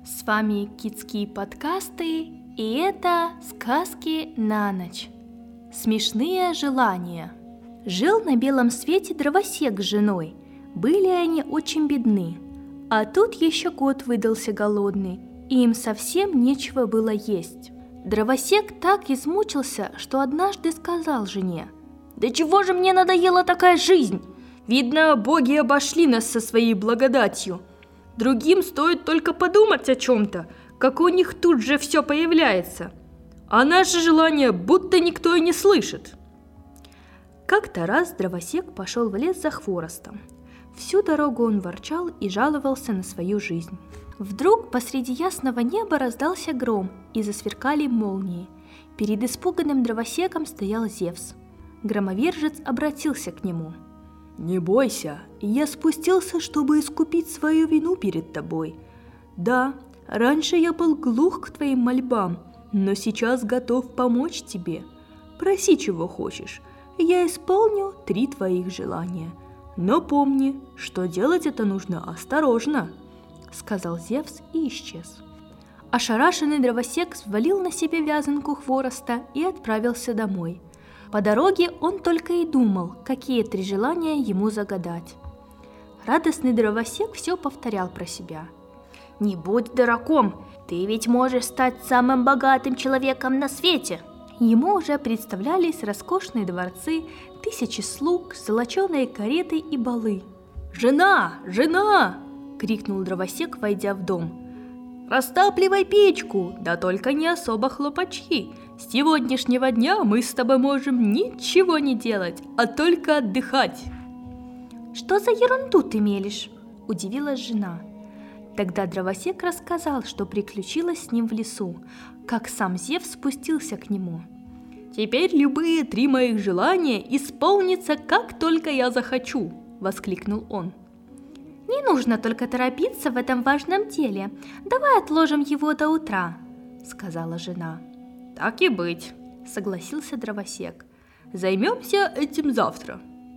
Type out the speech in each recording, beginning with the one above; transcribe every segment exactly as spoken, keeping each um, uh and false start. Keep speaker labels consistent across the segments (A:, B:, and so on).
A: С вами Китские подкасты, и это сказки на ночь. Смешные желания. Жил на белом свете дровосек с женой. Были они очень бедны. А тут еще год выдался голодный, и им совсем нечего было есть. Дровосек так измучился, что однажды сказал жене: «Да чего же мне надоела такая жизнь? Видно, боги обошли нас со своей благодатью. Другим стоит только подумать о чем-то, как у них тут же все появляется. А наши желания будто никто и не слышит». Как-то раз дровосек пошел в лес за хворостом. Всю дорогу он ворчал и жаловался на свою жизнь. Вдруг посреди ясного неба раздался гром и засверкали молнии. Перед испуганным дровосеком стоял Зевс. Громовержец обратился к нему: «Не бойся, я спустился, чтобы искупить свою вину перед тобой. Да, раньше я был глух к твоим мольбам, но сейчас готов помочь тебе. Проси, чего хочешь, я исполню три твоих желания. Но помни, что делать это нужно осторожно», — сказал Зевс и исчез. Ошарашенный дровосек взвалил на себе вязанку хвороста и отправился домой. По дороге он только и думал, какие три желания ему загадать. Радостный дровосек все повторял про себя: «Не будь дураком, ты ведь можешь стать самым богатым человеком на свете!» Ему уже представлялись роскошные дворцы, тысячи слуг, золоченые кареты и балы. «Жена! Жена!» — крикнул дровосек, войдя в дом. «Растапливай печку, да только не особо хлопачи. С сегодняшнего дня мы с тобой можем ничего не делать, а только отдыхать». «Что за ерунду ты мелешь?» – удивилась жена. Тогда дровосек рассказал, что приключилось с ним в лесу, как сам Зевс спустился к нему. «Теперь любые три моих желания исполнятся, как только я захочу», – воскликнул он. «Не нужно только торопиться в этом важном деле. Давай отложим его до утра», — сказала жена. «Так и быть», — согласился дровосек. «Займемся этим завтра».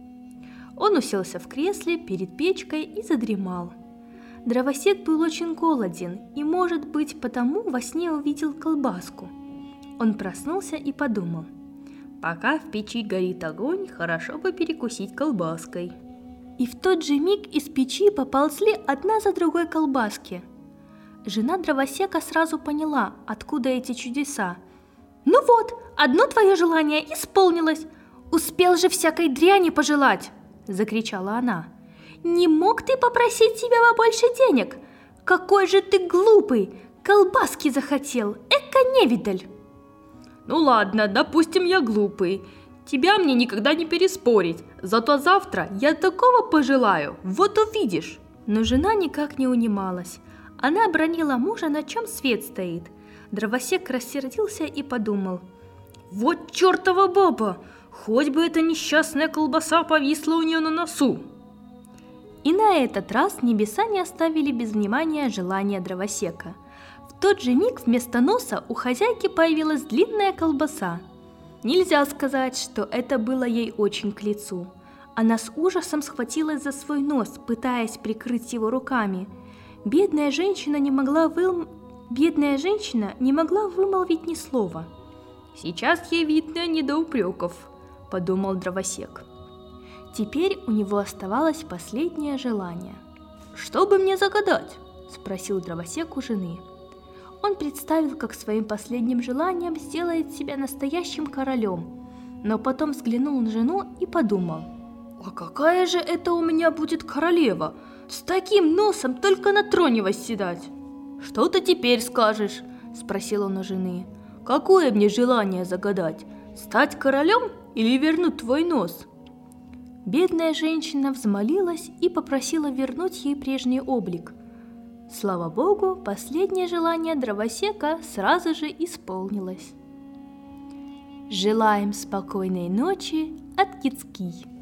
A: Он уселся в кресле перед печкой и задремал. Дровосек был очень голоден и, может быть, потому во сне увидел колбаску. Он проснулся и подумал: «Пока в печи горит огонь, хорошо бы перекусить колбаской». И в тот же миг из печи поползли одна за другой колбаски. Жена дровосека сразу поняла, откуда эти чудеса. «Ну вот, одно твое желание исполнилось! Успел же всякой дряни пожелать!» – закричала она. «Не мог ты попросить себе побольше денег? Какой же ты глупый! Колбаски захотел! Эка невидаль!»
B: «Ну ладно, допустим, я глупый. Тебя мне никогда не переспорить, зато завтра я такого пожелаю, вот увидишь».
A: Но жена никак не унималась. Она бранила мужа, на чем свет стоит. Дровосек рассердился и подумал:
B: «Вот чертова баба! Хоть бы эта несчастная колбаса повисла у нее на носу!»
A: И на этот раз небеса не оставили без внимания желания дровосека. В тот же миг вместо носа у хозяйки появилась длинная колбаса. Нельзя сказать, что это было ей очень к лицу. Она с ужасом схватилась за свой нос, пытаясь прикрыть его руками. Бедная женщина не могла, выл... Бедная женщина не могла вымолвить ни слова.
B: «Сейчас ей видно не до упреков», — подумал дровосек.
A: Теперь у него оставалось последнее желание.
B: «Что бы мне загадать?»
A: — спросил дровосек у жены. Он представил, как своим последним желанием сделает себя настоящим королем, но потом взглянул на жену и подумал:
B: «А какая же это у меня будет королева? С таким носом только на троне восседать!» «Что ты теперь скажешь?» – спросил он у жены. «Какое мне желание загадать? Стать королем или вернуть твой нос?»
A: Бедная женщина взмолилась и попросила вернуть ей прежний облик. Слава богу, последнее желание дровосека сразу же исполнилось. Желаем спокойной ночи от Китских.